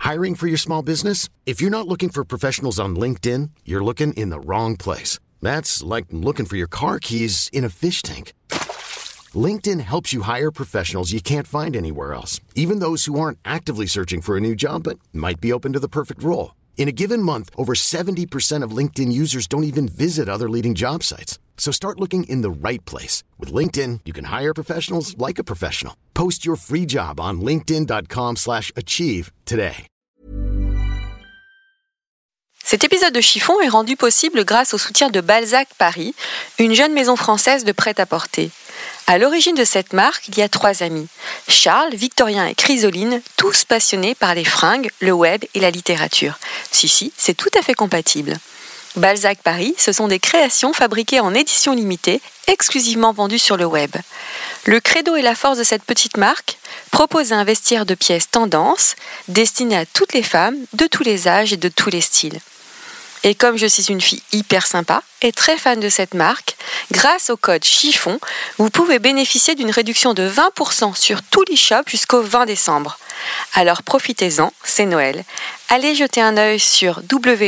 Hiring for your small business? If you're not looking for professionals on LinkedIn, you're looking in the wrong place. That's like looking for your car keys in a fish tank. LinkedIn helps you hire professionals you can't find anywhere else, even those who aren't actively searching for a new job but might be open to the perfect role. In a given month, over 70% of LinkedIn users don't even visit other leading job sites. So start looking in the right place. With LinkedIn, you can hire professionals like a professional. Post your free job on linkedin.com/achieve today. Cet épisode de Chiffon est rendu possible grâce au soutien de Balzac Paris, une jeune maison française de prêt-à-porter. À l'origine de cette marque, il y a 3 amis, Charles, Victorien et Chrysoline, tous passionnés par les fringues, le web et la littérature. Si, c'est tout à fait compatible. Balzac Paris, ce sont des créations fabriquées en édition limitée, exclusivement vendues sur le web. Le credo et la force de cette petite marque, proposer un vestiaire de pièces tendance, destiné à toutes les femmes, de tous les âges et de tous les styles. Et comme je suis une fille hyper sympa et très fan de cette marque, grâce au code chiffon, vous pouvez bénéficier d'une réduction de 20% sur tout l'e-shop jusqu'au 20 décembre. Alors profitez-en, c'est Noël. Allez jeter un œil sur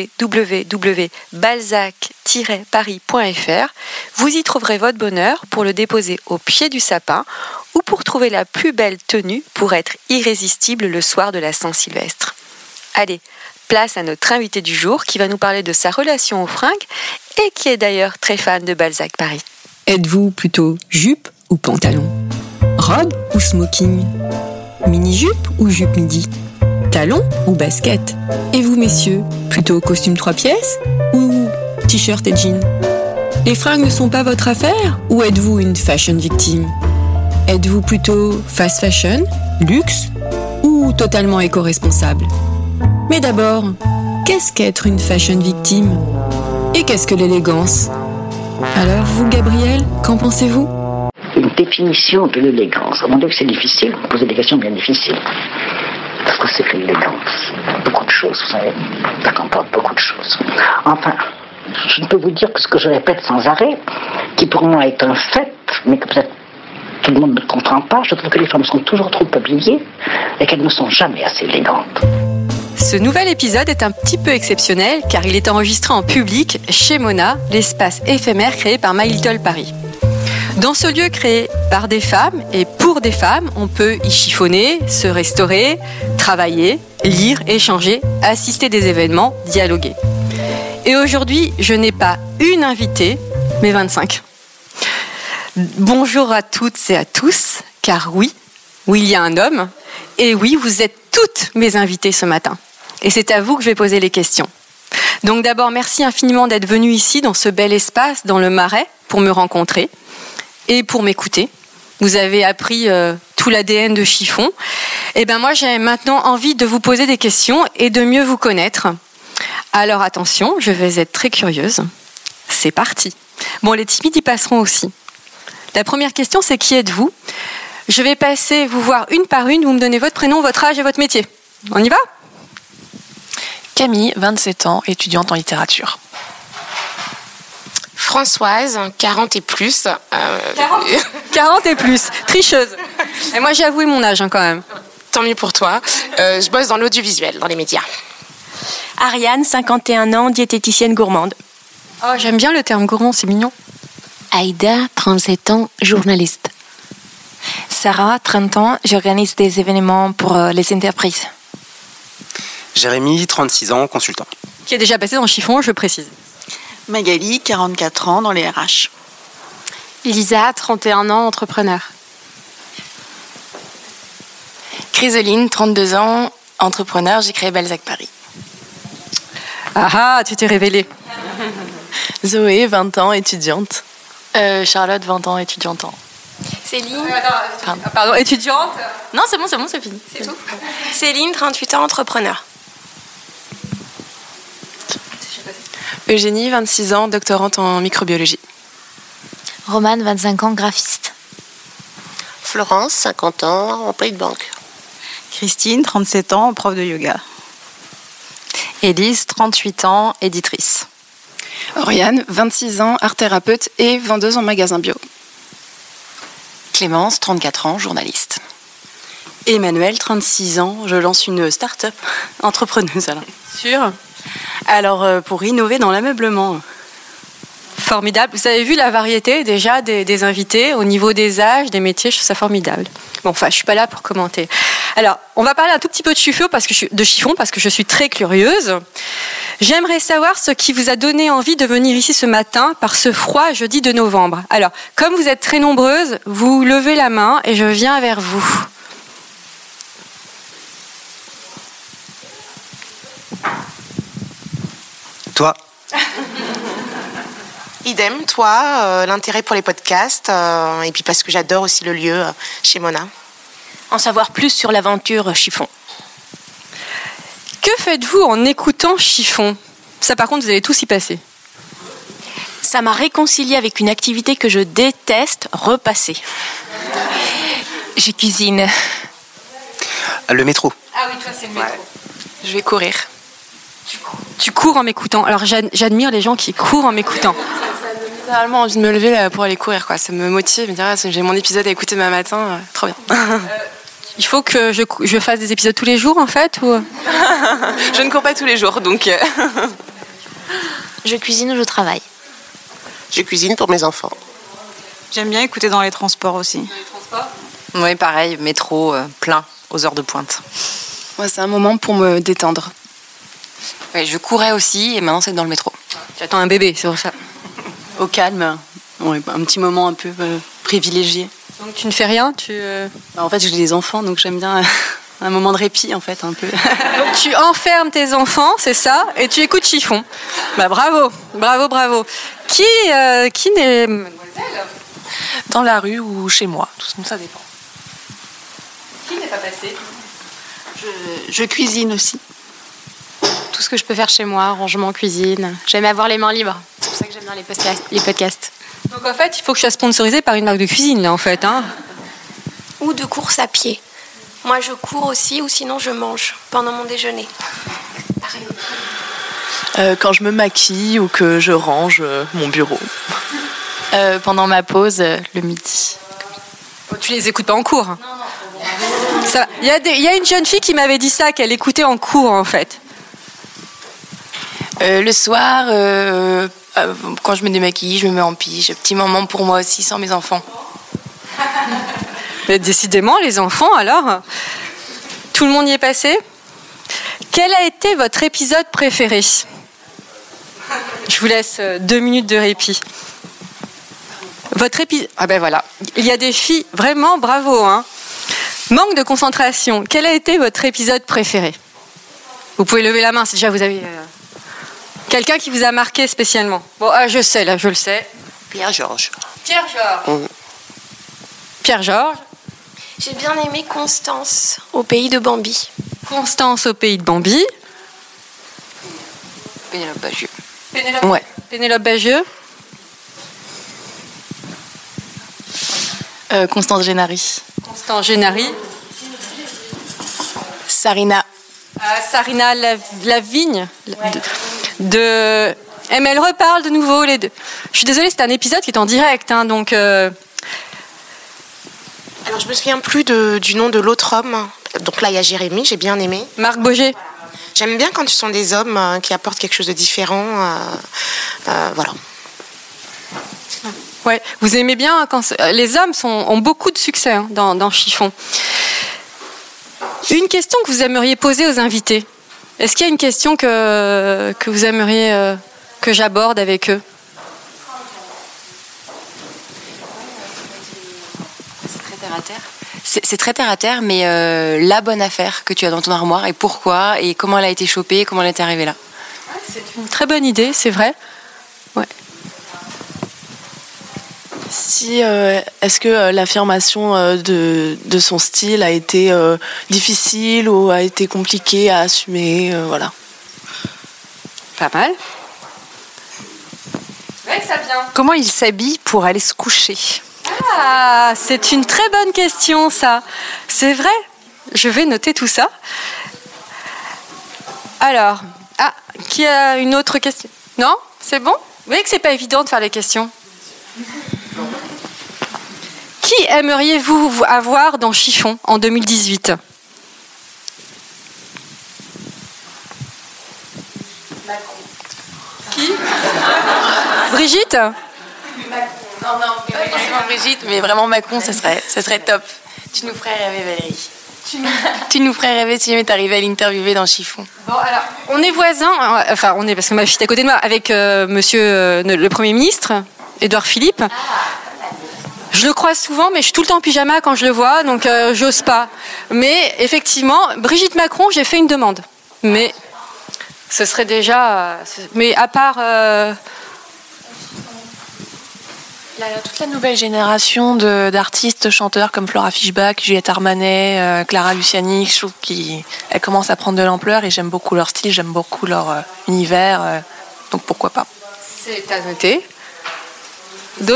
www.balzac-paris.fr. Vous y trouverez votre bonheur pour le déposer au pied du sapin ou pour trouver la plus belle tenue pour être irrésistible le soir de la Saint-Sylvestre. Allez, place à notre invité du jour qui va nous parler de sa relation aux fringues et qui est d'ailleurs très fan de Balzac Paris. Êtes-vous plutôt jupe ou pantalon ? Robe ou smoking ? Mini-jupe ou jupe midi ? Talon ou basket ? Et vous messieurs, plutôt costume 3 pièces ou t-shirt et jean ? Les fringues ne sont pas votre affaire ou êtes-vous une fashion victime ? Êtes-vous plutôt fast fashion, luxe ou totalement éco-responsable ? Mais d'abord, qu'est-ce qu'être une fashion victime ? Et qu'est-ce que l'élégance ? Alors vous, Gabriel, qu'en pensez-vous ? Une définition de l'élégance. Mon Dieu que c'est difficile, vous posez des questions bien difficiles. Parce que c'est que l'élégance. Beaucoup de choses, vous savez. Ça comporte beaucoup de choses. Enfin, je ne peux vous dire que ce que je répète sans arrêt, qui pour moi est un fait, mais que peut-être tout le monde ne comprend pas, je trouve que les femmes sont toujours trop habillées et qu'elles ne sont jamais assez élégantes. Ce nouvel épisode est un petit peu exceptionnel car il est enregistré en public chez Mona, l'espace éphémère créé par My Little Paris. Dans ce lieu créé par des femmes et pour des femmes, on peut y chiffonner, se restaurer, travailler, lire, échanger, assister des événements, dialoguer. Et aujourd'hui, je n'ai pas une invitée, mais 25. Bonjour à toutes et à tous, car oui, il y a un homme, et oui, vous êtes toutes mes invitées ce matin. Et c'est à vous que je vais poser les questions. Donc d'abord, merci infiniment d'être venu ici, dans ce bel espace, dans le Marais, pour me rencontrer et pour m'écouter. Vous avez appris tout l'ADN de Chiffon. Et ben moi, j'ai maintenant envie de vous poser des questions et de mieux vous connaître. Alors attention, je vais être très curieuse. C'est parti. Bon, les timides y passeront aussi. La première question, c'est qui êtes-vous ? Je vais passer vous voir une par une. Vous me donnez votre prénom, votre âge et votre métier. On y va ? Camille, 27 ans, étudiante en littérature. Françoise, 40 et plus. 40 et plus, tricheuse. Et moi, j'ai avoué mon âge quand même. Tant mieux pour toi. Je bosse dans l'audiovisuel, dans les médias. Ariane, 51 ans, diététicienne gourmande. Oh, j'aime bien le terme gourmand, c'est mignon. Aïda, 37 ans, journaliste. Sarah, 30 ans, j'organise des événements pour les entreprises. Jérémy, 36 ans, consultant. Qui est déjà passé dans Chiffon, je précise. Magali, 44 ans, dans les RH. Lisa, 31 ans, entrepreneur. Chrysoline, 32 ans, entrepreneur, j'ai créé Balzac Paris. Ah, tu t'es révélée. Zoé, 20 ans, étudiante. Charlotte, 20 ans, étudiante en. Céline. Pardon, étudiante. Non, c'est bon, c'est fini. C'est tout. Céline, 38 ans, entrepreneur. Eugénie, 26 ans, doctorante en microbiologie. Romane, 25 ans, graphiste. Florence, 50 ans, employée de banque. Christine, 37 ans, prof de yoga. Élise, 38 ans, éditrice. Oriane, 26 ans, art thérapeute et vendeuse en magasin bio. Clémence, 34 ans, journaliste. Emmanuelle, 36 ans, je lance une start-up entrepreneuse. Sûr. Alors, pour innover dans l'ameublement. Formidable. Vous avez vu la variété déjà des invités au niveau des âges, des métiers, je trouve ça formidable. Bon, enfin, je suis pas là pour commenter. Alors, on va parler un tout petit peu de chiffon parce que je suis très curieuse. J'aimerais savoir ce qui vous a donné envie de venir ici ce matin par ce froid jeudi de novembre. Alors, comme vous êtes très nombreuses, vous levez la main et je viens vers vous. Toi. Idem, toi, l'intérêt pour les podcasts, et puis parce que j'adore aussi le lieu chez Mona. En savoir plus sur l'aventure chiffon. Que faites-vous en écoutant chiffon ? Ça, par contre, vous allez tous y passer. Ça m'a réconcilié avec une activité que je déteste, repasser. Je cuisine. Le métro. Ah oui, toi, c'est le métro. Ouais. Je vais courir. Tu cours en m'écoutant. Alors, j'admire les gens qui courent en m'écoutant. Ça me donne littéralement envie de me lever pour aller courir, quoi. Ça me motive, me dire, j'ai mon épisode à écouter demain matin, trop bien. Il faut que je fasse des épisodes tous les jours, en fait, ou... Je ne cours pas tous les jours, donc... Je cuisine ou je travaille. Je cuisine pour mes enfants. J'aime bien écouter dans les transports aussi. Oui, pareil, métro plein aux heures de pointe. Moi, c'est un moment pour me détendre. Ouais, je courais aussi et maintenant c'est dans le métro. Tu attends un bébé, c'est pour ça. Au calme, ouais, un petit moment un peu privilégié. Donc tu ne fais rien, En fait, j'ai des enfants, donc j'aime bien un moment de répit, en fait, un peu. Donc tu enfermes tes enfants, c'est ça, et tu écoutes chiffon. Bah bravo, bravo, bravo. Qui n'est... Mademoiselle ? Dans la rue ou chez moi, tout ça dépend. Qui n'est pas passé ? Je cuisine aussi. Tout ce que je peux faire chez moi, rangement, cuisine. J'aime avoir les mains libres. C'est pour ça que j'aime bien les podcasts. Donc en fait, il faut que je sois sponsorisée par une marque de cuisine, là, en fait. Hein. Ou de course à pied. Moi, je cours aussi, ou sinon je mange pendant mon déjeuner. Quand je me maquille ou que je range mon bureau. Pendant ma pause, le midi. Oh, tu les écoutes pas en cours. Il y a une jeune fille qui m'avait dit ça, qu'elle écoutait en cours, en fait. Le soir, quand je me démaquille, je me mets en pige. Petit moment pour moi aussi, sans mes enfants. Mais décidément, les enfants, alors, tout le monde y est passé. Quel a été votre épisode préféré ? Je vous laisse 2 minutes de répit. Votre épisode... Ah ben voilà, il y a des filles, vraiment bravo, hein. Manque de concentration. Quel a été votre épisode préféré ? Vous pouvez lever la main si déjà vous avez... Quelqu'un qui vous a marqué spécialement. Bon, je sais, là, je le sais. Pierre-Georges. Pierre-Georges. Pierre-Georges. J'ai bien aimé Constance, au pays de Bambi. Constance, au pays de Bambi. Pénélope Bagieux. Ouais. Pénélope Bagieux. Constance Génary. Constance Génary. Sarina. Sarina Lavigne. Ouais. Mais elle reparle de nouveau les deux. Je suis désolée, c'est un épisode qui est en direct, hein, donc... Alors, je me souviens plus du nom de l'autre homme. Donc là, il y a Jérémy, j'ai bien aimé. Marc Boger. J'aime bien quand ce sont des hommes qui apportent quelque chose de différent. Voilà. Ouais, vous aimez bien quand les hommes ont beaucoup de succès, hein, dans Chiffon. Une question que vous aimeriez poser aux invités. Est-ce qu'il y a une question que vous aimeriez que j'aborde avec eux ? C'est très terre à terre. C'est très terre à terre, mais la bonne affaire que tu as dans ton armoire et pourquoi et comment elle a été chopée, comment elle est arrivée là. C'est une très bonne idée, c'est vrai. Ouais. Est-ce que l'affirmation de son style a été difficile ou a été compliquée à assumer, voilà. Pas mal. Ouais, ça vient. Comment il s'habille pour aller se coucher ? Ah, c'est une très bonne question, ça. C'est vrai. Je vais noter tout ça. Alors, qui a une autre question ? Non ? C'est bon ? Vous voyez que c'est pas évident de faire les questions. Qui aimeriez-vous avoir dans Chiffon en 2018 ? Qui ? Brigitte ? Non, pas forcément Brigitte, mais vraiment Macron, ça serait top. Tu nous ferais rêver, Valérie. Tu nous ferais rêver si jamais t'arrivais à l'interviewer dans Chiffon. Bon, alors, on est voisins, enfin, parce que ma fille est à côté de moi, avec monsieur le Premier ministre, Édouard Philippe. Je le croise souvent, mais je suis tout le temps en pyjama quand je le vois, donc j'ose pas. Mais effectivement, Brigitte Macron, j'ai fait une demande. Mais ce serait déjà... mais à part... Toute la nouvelle génération d'artistes, chanteurs comme Flora Fischbach, Juliette Armanet, Clara Luciani, je trouve qu'elles commencent à prendre de l'ampleur et j'aime beaucoup leur style, j'aime beaucoup leur univers, donc pourquoi pas. C'est à noter. D'autres ?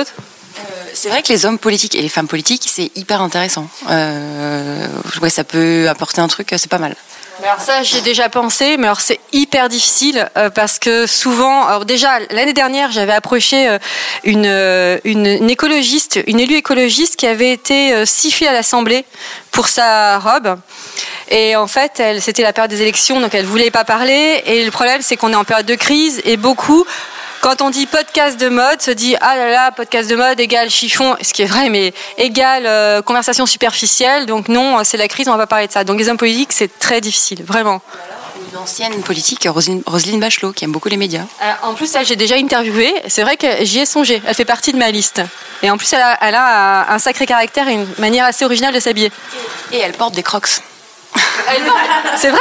C'est vrai que les hommes politiques et les femmes politiques, c'est hyper intéressant. Ouais, ça peut apporter un truc, c'est pas mal. Alors ça, j'y ai déjà pensé, mais alors c'est hyper difficile parce que souvent, alors déjà l'année dernière, j'avais approché une écologiste, une élue écologiste qui avait été sifflée à l'Assemblée pour sa robe. Et en fait, c'était la période des élections, donc elle voulait pas parler. Et le problème, c'est qu'on est en période de crise et beaucoup. Quand on dit podcast de mode, se dit ah là là, podcast de mode égale chiffon, ce qui est vrai, mais égale conversation superficielle. Donc non, c'est la crise, on va pas parler de ça. Donc les hommes politiques, c'est très difficile, vraiment. Une ancienne politique, Roselyne Bachelot, qui aime beaucoup les médias. En plus, elle, j'ai déjà interviewé. C'est vrai que j'y ai songé. Elle fait partie de ma liste. Et en plus, elle a un sacré caractère et une manière assez originale de s'habiller. Et elle porte des Crocs. C'est vrai ?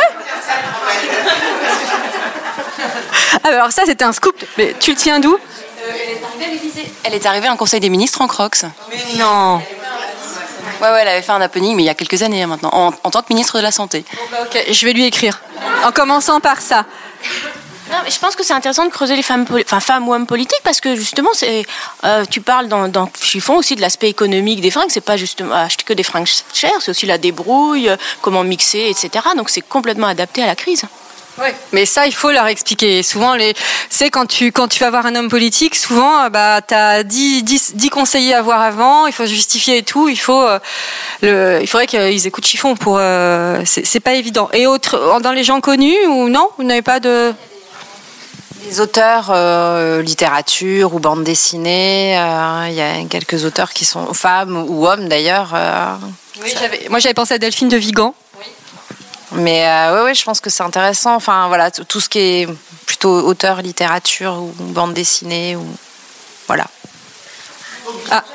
Ah bah alors ça c'était un scoop, mais tu le tiens d'où ? Elle est arrivée à l'Élysée. Elle est arrivée en Conseil des ministres en Crocs. Mais non. Ouais, elle avait fait un happening, mais il y a quelques années maintenant, en tant que ministre de la Santé. Bon bah ok, je vais lui écrire, en commençant par ça. Non, mais je pense que c'est intéressant de creuser les femmes ou hommes politiques parce que justement, tu parles dans Chiffon aussi de l'aspect économique des fringues. C'est pas justement acheter que des fringues chères, c'est aussi la débrouille, comment mixer, etc. Donc c'est complètement adapté à la crise. Oui, mais ça, il faut leur expliquer. Souvent, c'est quand tu vas voir un homme politique, souvent, tu as 10 conseillers à voir avant, il faut justifier et tout. Il faudrait qu'ils écoutent Chiffon pour. C'est pas évident. Et dans les gens connus ou non, vous n'avez pas de. Les auteurs littérature ou bande dessinée, il y a quelques auteurs qui sont femmes ou hommes d'ailleurs. Oui, moi j'avais pensé à Delphine de Vigan. Mais ouais, je pense que c'est intéressant. Enfin voilà, tout ce qui est plutôt auteur, littérature ou bande dessinée ou voilà. Ah.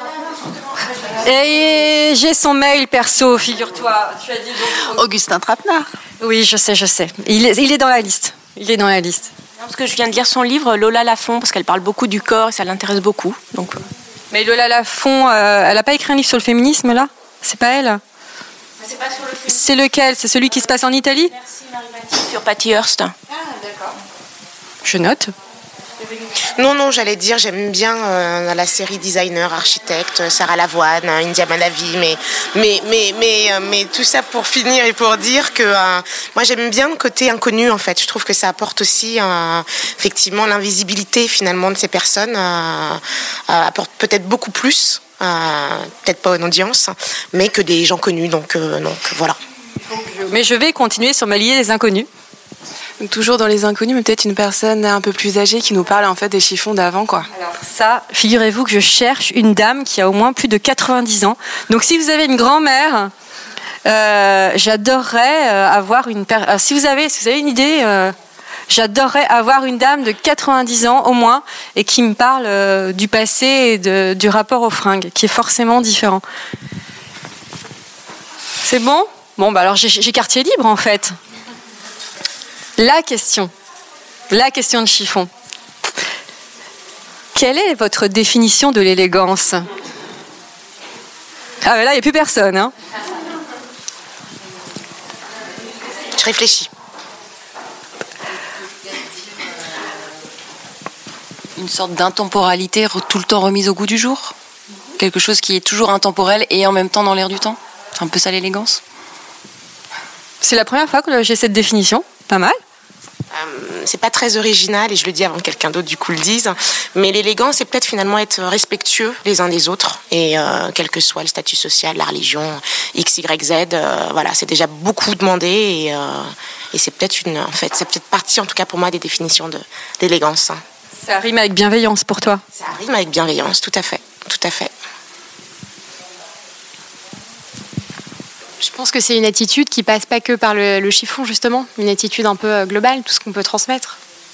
Et j'ai son mail perso, figure-toi. Tu as dit donc Augustin Trapenard. Oui, je sais. Il est dans la liste. Parce que je viens de lire son livre Lola Lafont parce qu'elle parle beaucoup du corps et ça l'intéresse beaucoup. Donc. Mais Lola Lafont, elle n'a pas écrit un livre sur le féminisme là ? C'est pas elle ? C'est pas sur le film. C'est lequel ? C'est celui qui se passe en Italie ? Merci Marie-Baptiste. Sur Patty Hearst. Ah, d'accord. Je note. Non, j'allais dire, j'aime bien la série designer, architecte, Sarah Lavoine, India Manavi, mais tout ça pour finir et pour dire que moi j'aime bien le côté inconnu en fait. Je trouve que ça apporte aussi effectivement l'invisibilité finalement de ces personnes, apporte peut-être beaucoup plus. Peut-être pas une audience, mais que des gens connus, donc voilà. Mais je vais continuer sur ma lignée des inconnus. Toujours dans les inconnus, mais peut-être une personne un peu plus âgée qui nous parle en fait des chiffons d'avant, quoi. Alors ça, figurez-vous que je cherche une dame qui a au moins plus de 90 ans. Donc si vous avez une grand-mère, j'adorerais avoir une... si vous avez une idée... J'adorerais avoir une dame de 90 ans au moins et qui me parle du passé et du rapport aux fringues, qui est forcément différent. C'est bon ? Bon, bah alors j'ai quartier libre en fait. La question de Chiffon. Quelle est votre définition de l'élégance ? Ah ben là, il n'y a plus personne. Hein. Je réfléchis. Une sorte d'intemporalité tout le temps remise au goût du jour. Quelque chose qui est toujours intemporel et en même temps dans l'air du temps. C'est un peu ça l'élégance. C'est la première fois que j'ai cette définition. Pas mal. pas très original, et je le dis avant que quelqu'un d'autre du coup le dise, mais l'élégance, c'est peut-être finalement être respectueux les uns des autres, et quel que soit le statut social, la religion, X, Y, Z, voilà, c'est déjà beaucoup demandé, et c'est peut-être c'est peut-être partie, en tout cas pour moi, des définitions d'élégance. Ça rime avec bienveillance pour toi? Ça rime avec bienveillance, tout à fait, tout à fait. Je pense que c'est une attitude qui passe pas que par le chiffon, justement, une attitude un peu globale, tout ce qu'on peut transmettre.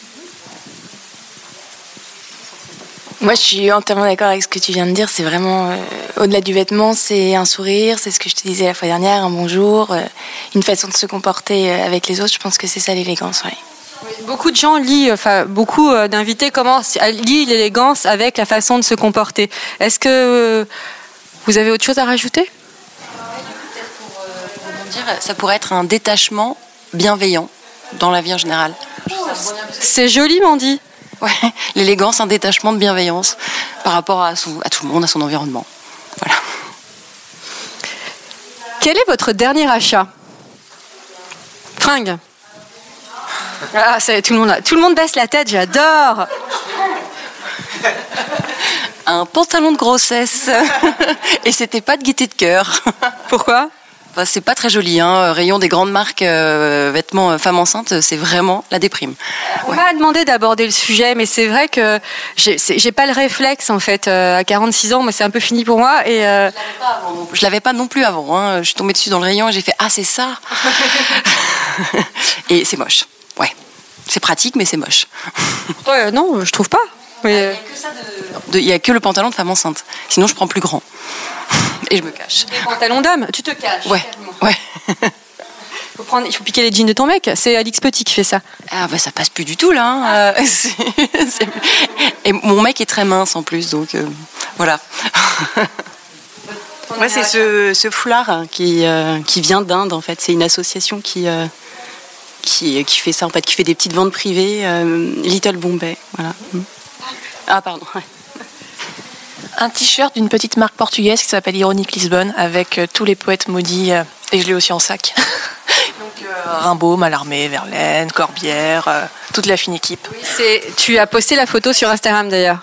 Moi, je suis entièrement d'accord avec ce que tu viens de dire. C'est vraiment, au-delà du vêtement, c'est un sourire, c'est ce que je te disais la fois dernière, un bonjour, une façon de se comporter avec les autres. Je pense que c'est ça l'élégance, oui. Beaucoup de gens beaucoup d'invités commencent à lier l'élégance avec la façon de se comporter. Est-ce que vous avez autre chose à rajouter? Ça pourrait être un détachement bienveillant dans la vie en général. C'est joliment dit. Ouais, l'élégance, un détachement de bienveillance par rapport à tout le monde, à son environnement. Voilà. Quel est votre dernier achat? Fringue. Ah, tout le monde baisse la tête, j'adore. Un pantalon de grossesse. Et c'était pas de gaieté de cœur. Pourquoi? C'est pas très joli, hein. Rayon des grandes marques vêtements femmes enceintes, c'est vraiment la déprime. On m'a demandé d'aborder le sujet, mais c'est vrai que j'ai pas le réflexe en fait. À 46 ans, moi c'est un peu fini pour moi. Et je l'avais pas non plus avant. Hein. Je suis tombée dessus dans le rayon et j'ai fait c'est ça. Et c'est moche. Ouais, c'est pratique, mais c'est moche. Ouais, non, je trouve pas. Mais... Il y a que le pantalon de femme enceinte. Sinon, je prends plus grand. Et je me cache. Les pantalons d'homme, tu te caches. Ouais. Il faut piquer les jeans de ton mec. C'est Alix Petit qui fait ça. Ah ça passe plus du tout là. Et mon mec est très mince en plus, donc voilà. Moi, c'est ce foulard qui vient d'Inde en fait. C'est une association qui fait ça en fait, qui fait des petites ventes privées. Little Bombay, voilà. Ah pardon. Ouais. Un t-shirt d'une petite marque portugaise qui s'appelle Ironique Lisbonne avec tous les poètes maudits et je l'ai aussi en sac. Donc Rimbaud, Mallarmé, Verlaine, Corbière, toute la fine équipe. Oui, tu as posté la photo sur Instagram d'ailleurs.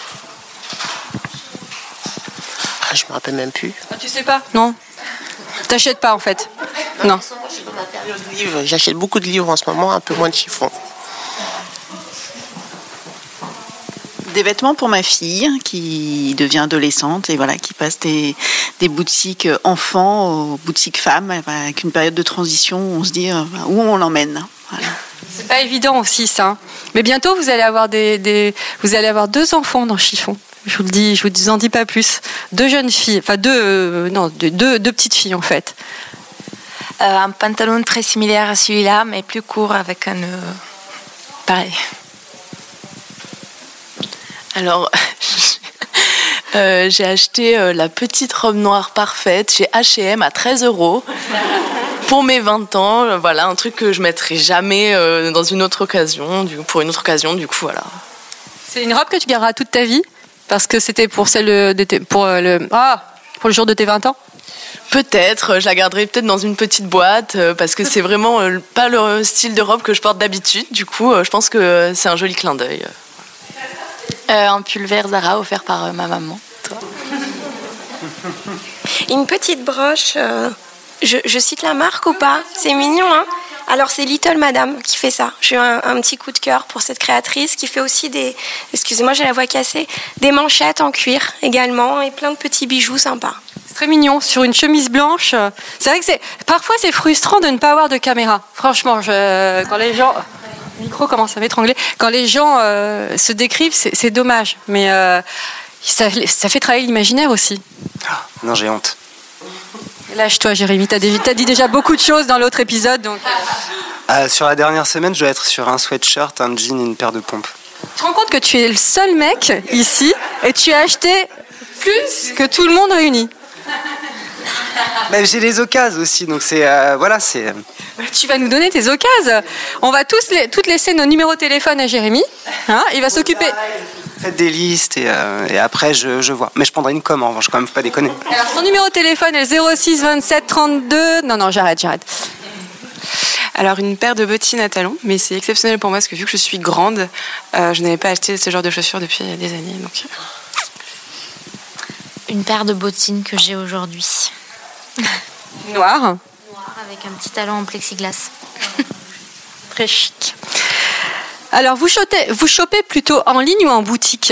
Je me rappelle même plus. Ah, tu sais pas? Non. T'achètes pas en fait? Non. Moi, je suis dans ma période de livres. J'achète beaucoup de livres en ce moment, un peu moins de chiffon. Des vêtements pour ma fille qui devient adolescente et voilà, qui passe des boutiques enfants aux boutiques femmes avec une période de transition où on se dit où on l'emmène. Voilà. C'est pas évident aussi ça. Mais bientôt vous allez avoir vous allez avoir 2 enfants dans Chiffon. Je vous le dis, je vous en dis pas plus. 2 jeunes filles, enfin deux petites filles en fait. Un pantalon très similaire à celui-là, mais plus court avec un nœud pareil. Alors, j'ai acheté la petite robe noire parfaite chez H&M à 13 € pour mes 20 ans. Voilà, un truc que je mettrai jamais dans une autre occasion, pour une autre occasion, du coup, voilà. C'est une robe que tu garderas toute ta vie? Parce que c'était pour pour le jour de tes 20 ans? Peut-être, je la garderai peut-être dans une petite boîte parce que c'est vraiment pas le style de robe que je porte d'habitude. Du coup, je pense que c'est un joli clin d'œil. Un pull vert Zara offert par ma maman. Toi. Une petite broche, je cite la marque ou pas? C'est mignon, hein? Alors c'est Little Madame qui fait ça. J'ai eu un petit coup de cœur pour cette créatrice qui fait aussi excusez-moi j'ai la voix cassée, des manchettes en cuir également et plein de petits bijoux sympas. C'est très mignon, sur une chemise blanche. C'est vrai que parfois c'est frustrant de ne pas avoir de caméra. Franchement, quand les gens... Le micro commence à m'étrangler. Quand les gens se décrivent, c'est dommage. Mais ça fait travailler l'imaginaire aussi. Non, j'ai honte. Lâche-toi, Jérémy. T'as dit déjà beaucoup de choses dans l'autre épisode. Donc... Sur la dernière semaine, je dois être sur un sweatshirt, un jean et une paire de pompes. Tu te rends compte que tu es le seul mec ici et tu as acheté plus que tout le monde réuni. Mais j'ai les occasions aussi, donc c'est... voilà, c'est... Tu vas nous donner tes occasions. On va toutes laisser nos numéros de téléphone à Jérémy. Hein, il va s'occuper... Faites des listes et après je vois. Mais je prendrai une com en revanche, quand même, faut pas déconner. Alors son numéro de téléphone est 06 27 32... Non, j'arrête. Alors une paire de bottines à talons, mais c'est exceptionnel pour moi parce que vu que je suis grande, je n'avais pas acheté ce genre de chaussures depuis des années. Donc... Une paire de bottines que j'ai aujourd'hui. Noire. Noire avec un petit talon en plexiglas. Très chic. Alors vous chopez plutôt en ligne ou en boutique?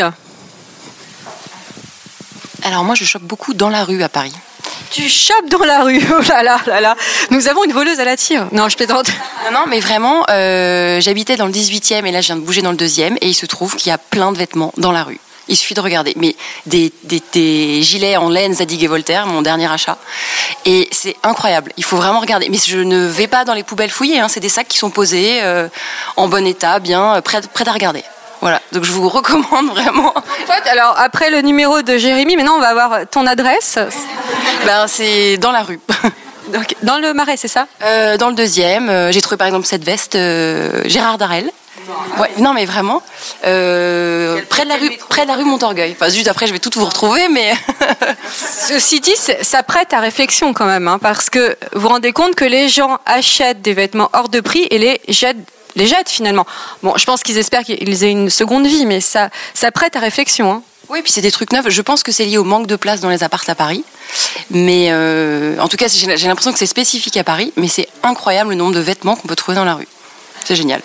Alors moi je chope beaucoup dans la rue à Paris. Tu chopes dans la rue? Oh là là là là. Nous avons une voleuse à la tire. Non, je plaisante. Non, mais vraiment, j'habitais dans le 18e et là je viens de bouger dans le 2e et il se trouve qu'il y a plein de vêtements dans la rue. Il suffit de regarder. Mais des gilets en laine Zadig et Voltaire, mon dernier achat. Et c'est incroyable. Il faut vraiment regarder. Mais je ne vais pas dans les poubelles fouiller. C'est des sacs qui sont posés en bon état, bien, prêts à regarder. Voilà, donc je vous recommande vraiment. Alors, après le numéro de Jérémy, maintenant on va avoir ton adresse. C'est dans la rue. Donc, dans le Marais, c'est ça? Dans le 2e, j'ai trouvé par exemple cette veste Gérard Darel. Ouais, non mais vraiment, près de la rue Montorgueil. Enfin, juste après, je vais tout vous retrouver, mais... Ceci dit, ça prête à réflexion quand même, parce que vous vous rendez compte que les gens achètent des vêtements hors de prix et les jettent finalement. Bon, je pense qu'ils espèrent qu'ils aient une seconde vie, mais ça prête à réflexion. Oui, puis c'est des trucs neufs. Je pense que c'est lié au manque de place dans les apparts à Paris. Mais en tout cas, j'ai l'impression que c'est spécifique à Paris, mais c'est incroyable le nombre de vêtements qu'on peut trouver dans la rue. C'est génial.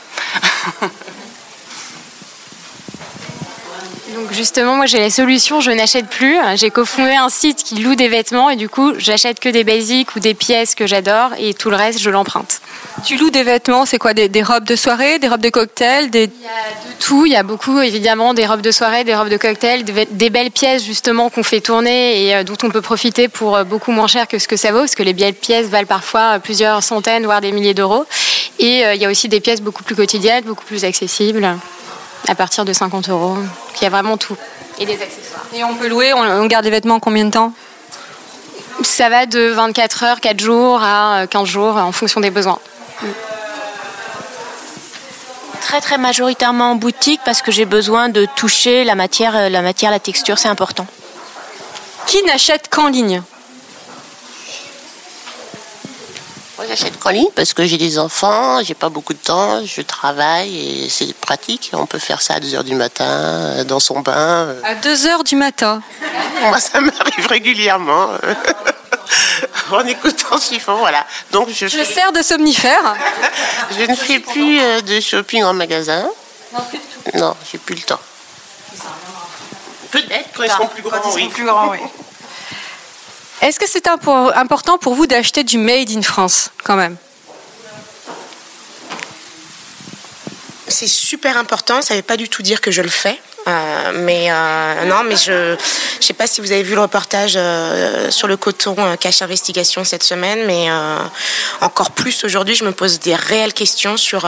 Donc justement, moi j'ai la solution, je n'achète plus. J'ai cofondé un site qui loue des vêtements et du coup, j'achète que des basiques ou des pièces que j'adore et tout le reste, je l'emprunte. Tu loues des vêtements, c'est quoi, des robes de soirée, des robes de cocktail, Il y a de tout, il y a beaucoup évidemment des robes de soirée, des robes de cocktail, des belles pièces justement qu'on fait tourner et dont on peut profiter pour beaucoup moins cher que ce que ça vaut, parce que les belles pièces valent parfois plusieurs centaines, voire des milliers d'euros. Et il y a aussi des pièces beaucoup plus quotidiennes, beaucoup plus accessibles, à partir de 50 €. Il y a vraiment tout. Et des accessoires. Et on peut louer, on garde les vêtements combien de temps? Ça va de 24 heures, 4 jours à 15 jours en fonction des besoins. Très très majoritairement en boutique parce que j'ai besoin de toucher la matière, la texture, c'est important. Qui n'achète qu'en ligne? Moi, j'achète qu'en ligne parce que j'ai des enfants, j'ai pas beaucoup de temps, je travaille et c'est pratique. On peut faire ça à 2h du matin, dans son bain. À 2h du matin? Moi, ça m'arrive régulièrement. En écoutant Chiffon, voilà. Donc, je sers de somnifère. Je ne fais plus de shopping en magasin. Non, plus du tout. Non, j'ai plus le temps. Peut-être quand ils seront plus grands, oui. Est-ce que c'est important pour vous d'acheter du Made in France, quand même? C'est super important, ça ne veut pas du tout dire que je le fais. Non, mais je sais pas si vous avez vu le reportage sur le coton Cache Investigation cette semaine, mais encore plus aujourd'hui, je me pose des réelles questions sur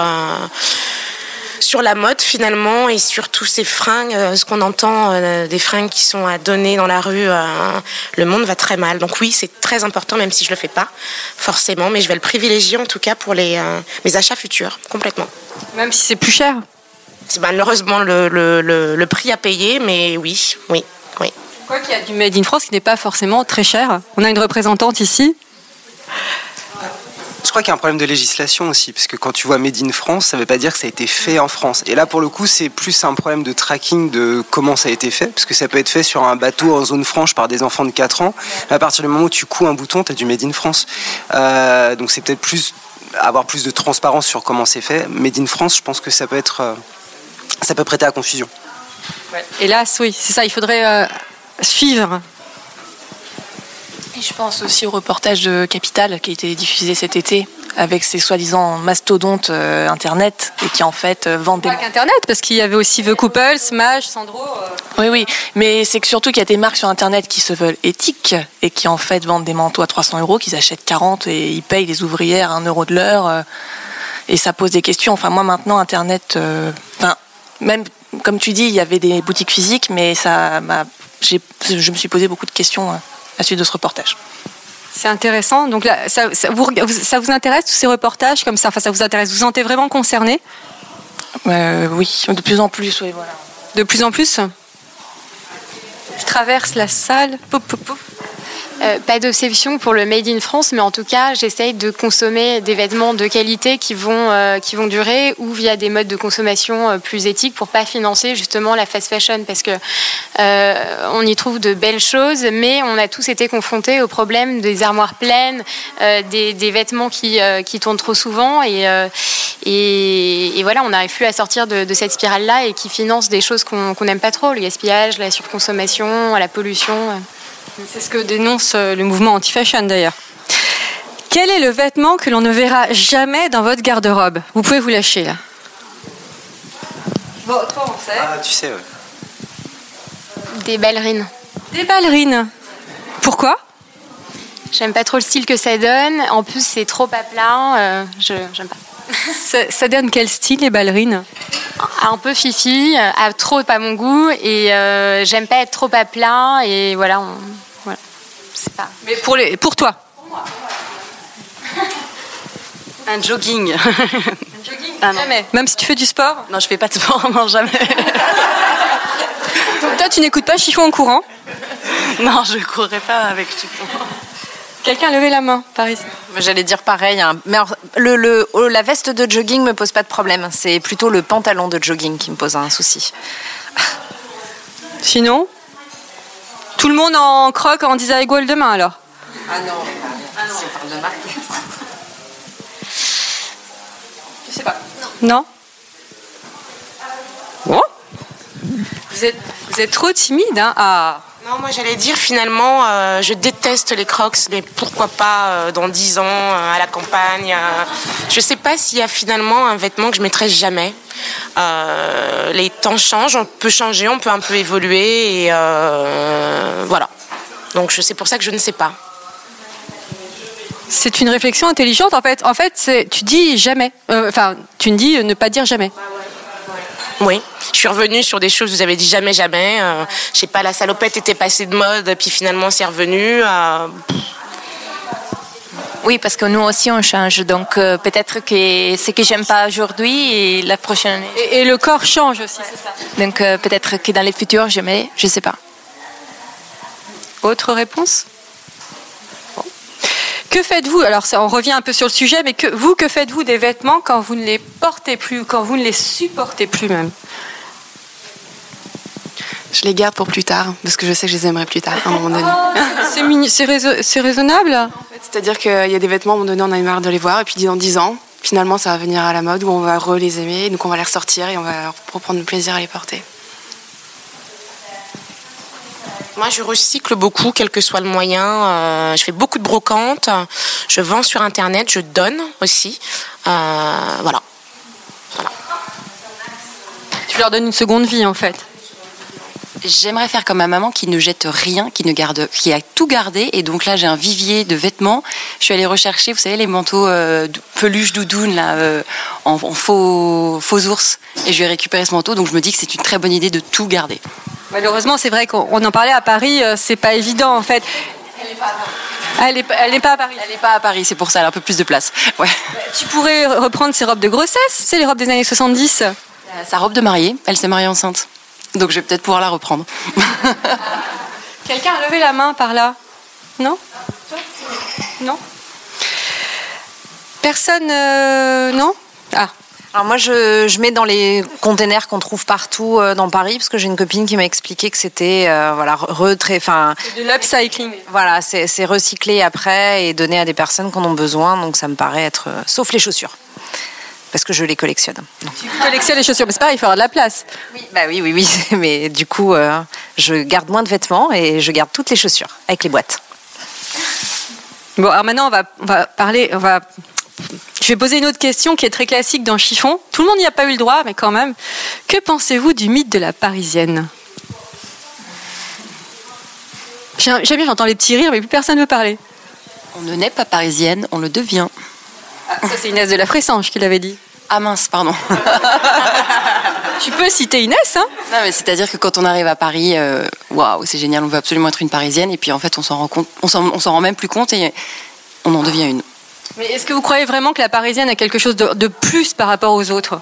la mode finalement et sur tous ces fringues, ce qu'on entend des fringues qui sont à donner dans la rue, le monde va très mal. Donc oui, c'est très important, même si je le fais pas forcément, mais je vais le privilégier en tout cas pour mes achats futurs, complètement. Même si c'est plus cher? C'est malheureusement le prix à payer, mais oui. Quoi qu'il y a du Made in France qui n'est pas forcément très cher. On a une représentante ici. Je crois qu'il y a un problème de législation aussi, parce que quand tu vois Made in France, ça ne veut pas dire que ça a été fait en France. Et là, pour le coup, c'est plus un problème de tracking de comment ça a été fait, parce que ça peut être fait sur un bateau en zone franche par des enfants de 4 ans. Mais à partir du moment où tu couds un bouton, tu as du Made in France. Donc c'est peut-être avoir plus de transparence sur comment c'est fait. Made in France, je pense que ça peut prêter à confusion. Hélas, oui, c'est ça, il faudrait suivre. Et je pense aussi au reportage de Capital qui a été diffusé cet été avec ces soi-disant mastodontes Internet et qui en fait vendent des... Pas qu'Internet, parce qu'il y avait aussi The Couple, Smash, Sandro... Oui, mais c'est que surtout qu'il y a des marques sur Internet qui se veulent éthiques et qui en fait vendent des manteaux à 300 €, qu'ils achètent 40 et ils payent les ouvrières 1 € de l'heure. Et ça pose des questions. Enfin, moi maintenant, Internet... même comme tu dis, il y avait des boutiques physiques, mais je me suis posé beaucoup de questions à la suite de ce reportage. C'est intéressant. Donc là, ça vous intéresse tous ces reportages comme ça? Enfin, ça vous intéresse? Vous vous sentez vraiment concerné? Oui, de plus en plus. Oui, voilà. De plus en plus. Je traverse la salle. Pouf, pouf, pouf. Pas d'obsession pour le Made in France, mais en tout cas, j'essaye de consommer des vêtements de qualité qui vont durer, ou via des modes de consommation plus éthiques pour pas financer justement la fast fashion, parce que on y trouve de belles choses, mais on a tous été confrontés au problème des armoires pleines, des vêtements qui tournent trop souvent, et voilà, on n'arrive plus à sortir de cette spirale-là et qui finance des choses qu'on n'aime pas trop, le gaspillage, la surconsommation, la pollution. C'est ce que dénonce le mouvement anti-fashion d'ailleurs. Quel est le vêtement que l'on ne verra jamais dans votre garde-robe? Vous pouvez vous lâcher là. Bon, toi on sait. Ah, tu sais, ouais. Des ballerines. Des ballerines. Pourquoi? J'aime pas trop le style que ça donne. En plus, c'est trop à plat. J'aime pas. Ça donne quel style, les ballerines? Un peu fifi, trop pas mon goût, et j'aime pas être trop à plat, et voilà, voilà. C'est pas. Mais pour toi? Pour moi. Un jogging. Un jogging? Ah, jamais. Même si tu fais du sport? Non, je fais pas de sport, non, jamais. Donc toi, tu n'écoutes pas chiffon en courant? Non, je courrais pas avec chiffon. Quelqu'un a levé la main par ici? J'allais dire pareil, hein. Mais alors, la veste de jogging me pose pas de problème. C'est plutôt le pantalon de jogging qui me pose un souci. Sinon, tout le monde en croque en Desire Equal demain alors? Ah non, si on parle de marque. Je sais pas. Non. Bon. Vous êtes trop timide, hein? Ah. Non, moi j'allais dire finalement, je déteste les Crocs, mais pourquoi pas dans 10 ans à la campagne. Je sais pas s'il y a finalement un vêtement que je mettrai jamais. Les temps changent, on peut changer, on peut un peu évoluer, et voilà. Donc c'est pour ça que je ne sais pas. C'est une réflexion intelligente en fait. En fait, tu dis jamais. Tu me dis ne pas dire jamais. Oui, je suis revenue sur des choses que vous avez dit jamais. Je sais pas, la salopette était passée de mode, puis finalement c'est revenu. Oui, parce que nous aussi on change, donc peut-être que ce que j'aime pas aujourd'hui, et la prochaine année. Et le corps change aussi, c'est ça. Donc peut-être que dans le futur j'aimais, je sais pas. Autre réponse? Que faites-vous? Alors on revient un peu sur le sujet, mais que faites-vous des vêtements quand vous ne les portez plus, quand vous ne les supportez plus même? Je les garde pour plus tard, parce que je sais que je les aimerai plus tard, à un moment donné. C'est raisonnable. En fait, c'est-à-dire qu'il y a des vêtements, à un moment donné, on a eu marre de les voir, et puis dans 10 ans, finalement, ça va venir à la mode, où on va les aimer, donc on va les ressortir, et on va reprendre le plaisir à les porter. Moi, je recycle beaucoup, quel que soit le moyen. Je fais beaucoup de brocantes. Je vends sur Internet. Je donne aussi. Voilà. Tu leur donnes une seconde vie, en fait. J'aimerais faire comme ma maman qui ne jette rien, qui a tout gardé. Et donc là, j'ai un vivier de vêtements. Je suis allée rechercher, vous savez, les manteaux peluche doudoune là, en faux ours. Et je vais récupérer ce manteau. Donc je me dis que c'est une très bonne idée de tout garder. Malheureusement, c'est vrai qu'on en parlait à Paris, c'est pas évident en fait. Elle n'est pas à Paris. Elle n'est pas à Paris. Elle n'est pas à Paris, c'est pour ça, elle a un peu plus de place. Ouais. Tu pourrais reprendre ses robes de grossesse, c'est les robes des années 70. Sa robe de mariée, elle s'est mariée enceinte. Donc je vais peut-être pouvoir la reprendre. Quelqu'un a levé la main par là? Non? Non? Personne? Non? Ah. Alors moi, je mets dans les containers qu'on trouve partout dans Paris, parce que j'ai une copine qui m'a expliqué que c'était c'est de l'upcycling. Voilà, c'est recyclé après et donné à des personnes qui en ont besoin, donc ça me paraît être sauf les chaussures, parce que je les collectionne. Tu collectionnes les chaussures, mais c'est pareil, il faut avoir de la place. Oui, mais du coup, je garde moins de vêtements et je garde toutes les chaussures avec les boîtes. Bon, alors maintenant on va parler. Je vais poser une autre question qui est très classique dans Chiffon. Tout le monde n'y a pas eu le droit, mais quand même. Que pensez-vous du mythe de la Parisienne? J'aime bien, j'entends les petits rires, mais plus personne ne veut parler. On ne naît pas parisienne, on le devient. Ah, ça, c'est Inès de la Fressange qui l'avait dit. Ah mince, pardon. Tu peux citer Inès, hein? Non, mais c'est-à-dire que quand on arrive à Paris, waouh, c'est génial, on veut absolument être une Parisienne, et puis en fait, on s'en rend même plus compte et on en devient une. Mais est-ce que vous croyez vraiment que la Parisienne a quelque chose de plus par rapport aux autres?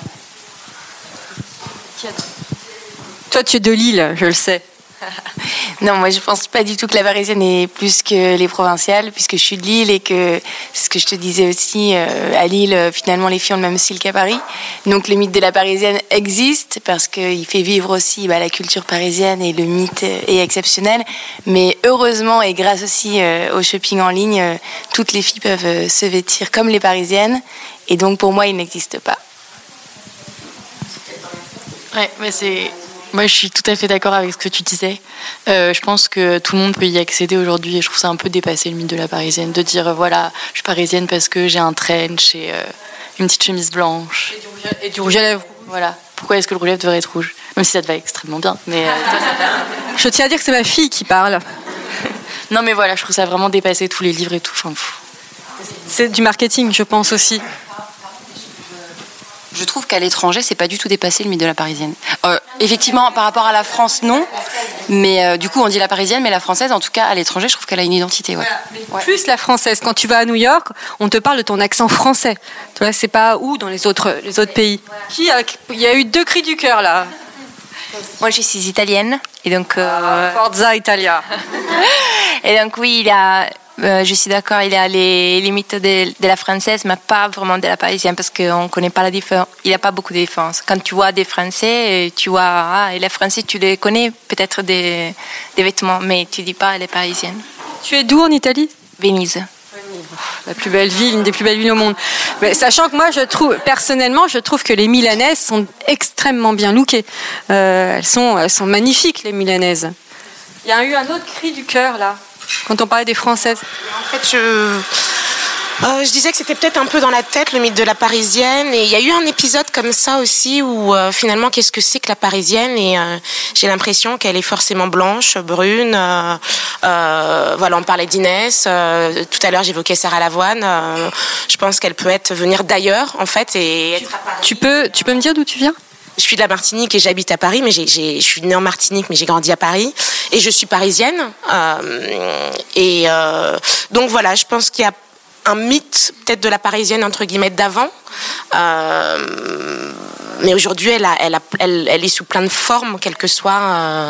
Toi, tu es de Lille, je le sais. Non, moi je pense pas du tout que la parisienne est plus que les provinciales, puisque je suis de Lille et que c'est ce que je te disais aussi, à Lille, finalement les filles ont le même style qu'à Paris. Donc le mythe de la parisienne existe parce qu'il fait vivre aussi la culture parisienne et le mythe est exceptionnel. Mais heureusement et grâce aussi au shopping en ligne, toutes les filles peuvent se vêtir comme les parisiennes et donc pour moi il n'existe pas. Ouais, mais c'est... Moi, je suis tout à fait d'accord avec ce que tu disais. Je pense que tout le monde peut y accéder aujourd'hui et je trouve ça un peu dépassé le mythe de la parisienne. De dire, voilà, je suis parisienne parce que j'ai un trench et une petite chemise blanche. Et du rouge à lèvres. Voilà. Pourquoi est-ce que le rouge à lèvres devrait être rouge? Même si ça te va extrêmement bien. Mais, Je tiens à dire que c'est ma fille qui parle. Non, mais voilà, je trouve ça vraiment dépassé tous les livres et tout. Enfin, c'est du marketing, je pense aussi. Je trouve qu'à l'étranger, c'est pas du tout dépassé le mythe de la parisienne. Effectivement, par rapport à la France, non. Mais du coup, on dit la parisienne, mais la française, en tout cas, à l'étranger, je trouve qu'elle a une identité. Ouais. Ouais. Plus la française. Quand tu vas à New York, on te parle de ton accent français. Tu vois, c'est pas où dans les autres pays. Il y a eu 2 cris du cœur là. Moi, je suis italienne et donc. Forza Italia. Et donc oui, il y a. Je suis d'accord, il y a les limites de la française, mais pas vraiment de la parisienne, parce qu'on ne connaît pas la différence. Il n'y a pas beaucoup de différence. Quand tu vois des Français, tu vois, et les Français, tu les connais peut-être des vêtements, mais tu ne dis pas, elle est parisienne. Tu es d'où en Italie? Venise. La plus belle ville, une des plus belles villes au monde. Mais sachant que moi, personnellement, je trouve que les Milanaises sont extrêmement bien lookées. Elles sont magnifiques, les Milanaises. Il y a eu un autre cri du cœur, là. Quand on parlait des Françaises. En fait, je disais que c'était peut-être un peu dans la tête le mythe de la parisienne, et il y a eu un épisode comme ça aussi où finalement qu'est-ce que c'est que la parisienne, et j'ai l'impression qu'elle est forcément blanche, brune. Voilà, on parlait d'Inès. Tout à l'heure j'évoquais Sarah Lavoine. Je pense qu'elle peut venir d'ailleurs en fait et être à Paris. Tu peux me dire d'où tu viens? Je suis de la Martinique et j'habite à Paris, mais je suis née en Martinique, mais j'ai grandi à Paris. Et je suis parisienne. Donc voilà, je pense qu'il y a un mythe peut-être de la parisienne, entre guillemets, d'avant. Mais aujourd'hui, elle est sous plein de formes, quelle que soit.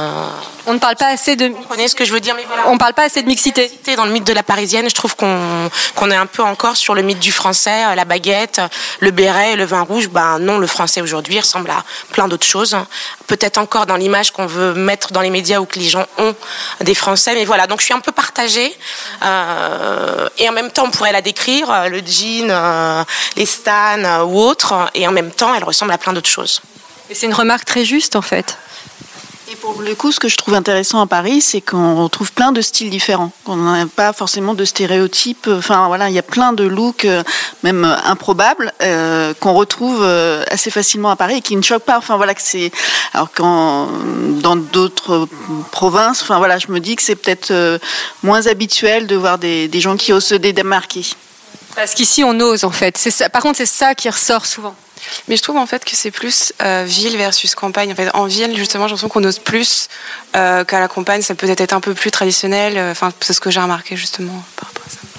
On ne parle pas assez de. Vous comprenez ce que je veux dire, mais voilà. On ne parle pas assez de mixité. Dans le mythe de la parisienne, je trouve qu'on est un peu encore sur le mythe du français, la baguette, le béret, le vin rouge. Ben non, le français aujourd'hui ressemble à plein d'autres choses. Peut-être encore dans l'image qu'on veut mettre dans les médias ou que les gens ont des Français. Mais voilà, donc je suis un peu partagée. Et en même temps, on pourrait la décrire, le jean, les stans ou autres. Et en même temps, elle ressemble à plein d'autres choses. Et c'est une remarque très juste en fait. Et pour le coup, ce que je trouve intéressant à Paris, c'est qu'on retrouve plein de styles différents. On n'a pas forcément de stéréotypes. Enfin voilà, il y a plein de looks, même improbables, qu'on retrouve assez facilement à Paris et qui ne choquent pas. Enfin voilà, que c'est. Alors dans d'autres provinces, enfin voilà, je me dis que c'est peut-être moins habituel de voir des gens qui osent se démarquer. Parce qu'ici, on ose en fait. C'est ça. Par contre, c'est ça qui ressort souvent. Mais je trouve en fait que c'est plus ville versus campagne. En fait, en ville, justement, j'ai l'impression qu'on ose plus qu'à la campagne. Ça peut être un peu plus traditionnel. Enfin, c'est ce que j'ai remarqué justement par rapport à ça.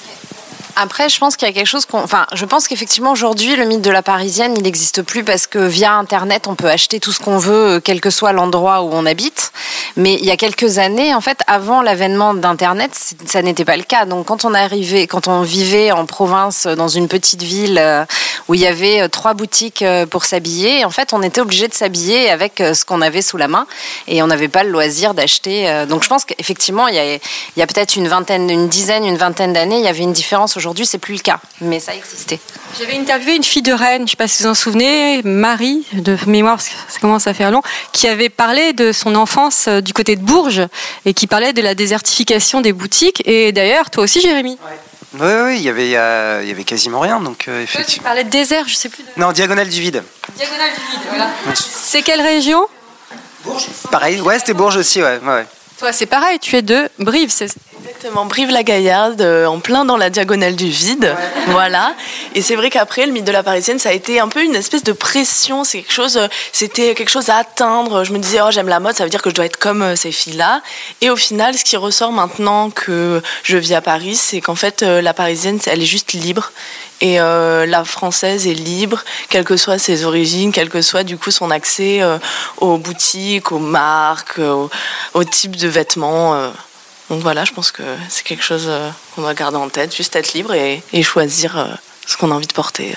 Après, je pense qu'il y a quelque chose je pense qu'effectivement, aujourd'hui, le mythe de la parisienne, il n'existe plus parce que via Internet, on peut acheter tout ce qu'on veut, quel que soit l'endroit où on habite. Mais il y a quelques années, en fait, avant l'avènement d'Internet, ça n'était pas le cas. Donc, quand on vivait en province, dans une petite ville où il y avait 3 boutiques pour s'habiller, en fait, on était obligé de s'habiller avec ce qu'on avait sous la main et on n'avait pas le loisir d'acheter. Donc, je pense qu'effectivement, il y a peut-être une vingtaine d'années, il y avait une différence. Aujourd'hui, c'est plus le cas, mais ça existait. J'avais interviewé une fille de Rennes, je ne sais pas si vous en souvenez, Marie, de mémoire, parce que ça commence à faire long, qui avait parlé de son enfance du côté de Bourges et qui parlait de la désertification des boutiques. Et d'ailleurs, toi aussi, Jérémy. Oui, il y avait quasiment rien, donc effectivement. Tu parlais de désert, je ne sais plus. Non, Diagonale du Vide. Diagonale du Vide, voilà. Ouais. C'est quelle région? Bourges. Pareil, ouais, c'était Bourges aussi, ouais. Toi, c'est pareil, tu es de Brive, c'est Exactement, Brive-la-Gaillarde, en plein dans la diagonale du vide, voilà. Et c'est vrai qu'après, le mythe de la Parisienne, ça a été un peu une espèce de pression, c'était quelque chose à atteindre. Je me disais, oh j'aime la mode, ça veut dire que je dois être comme ces filles-là. Et au final, ce qui ressort maintenant que je vis à Paris, c'est qu'en fait, la Parisienne, elle est juste libre. Et la française est libre, quelles que soient ses origines, quel que soit du coup son accès aux boutiques, aux marques, aux types de vêtements. Donc voilà, je pense que c'est quelque chose qu'on doit garder en tête, juste être libre et choisir ce qu'on a envie de porter.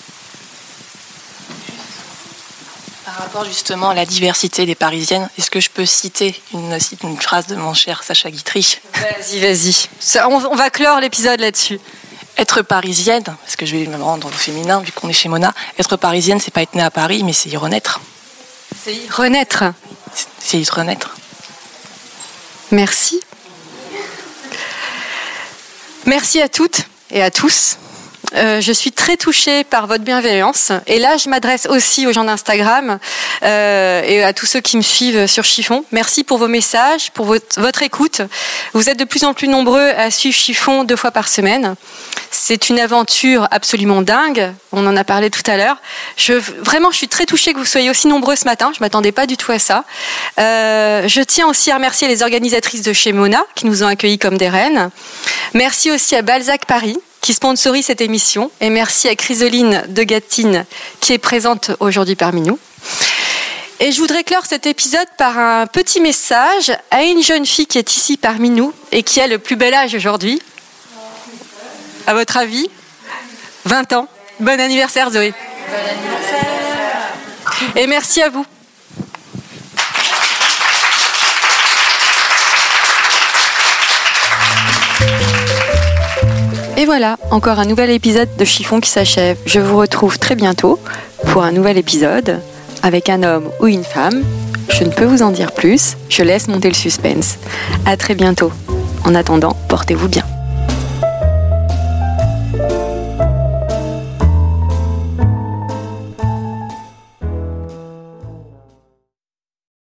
Par rapport justement à la diversité des Parisiennes, est-ce que je peux citer une phrase de mon cher Sacha Guitry ? Vas-y. On va clore l'épisode là-dessus. Être parisienne, parce que je vais me rendre au féminin vu qu'on est chez Mona, être parisienne, c'est pas être née à Paris, mais c'est y renaître. C'est y renaître. C'est y renaître. Merci. Merci à toutes et à tous. Je suis très touchée par votre bienveillance. Et là, je m'adresse aussi aux gens d'Instagram et à tous ceux qui me suivent sur Chiffon. Merci pour vos messages, pour votre écoute. Vous êtes de plus en plus nombreux à suivre Chiffon 2 fois par semaine. C'est une aventure absolument dingue. On en a parlé tout à l'heure. Vraiment, je suis très touchée que vous soyez aussi nombreux ce matin. Je ne m'attendais pas du tout à ça. Je tiens aussi à remercier les organisatrices de chez Mona qui nous ont accueillis comme des reines. Merci aussi à Balzac Paris qui sponsorise cette émission. Et merci à Chrysoline de Gatine qui est présente aujourd'hui parmi nous. Et je voudrais clore cet épisode par un petit message à une jeune fille qui est ici parmi nous et qui a le plus bel âge aujourd'hui. À votre avis ? 20 ans. Bon anniversaire Zoé. Bon anniversaire. Et merci à vous. Et voilà, encore un nouvel épisode de Chiffon qui s'achève. Je vous retrouve très bientôt pour un nouvel épisode avec un homme ou une femme. Je ne peux vous en dire plus, je laisse monter le suspense. À très bientôt. En attendant, portez-vous bien.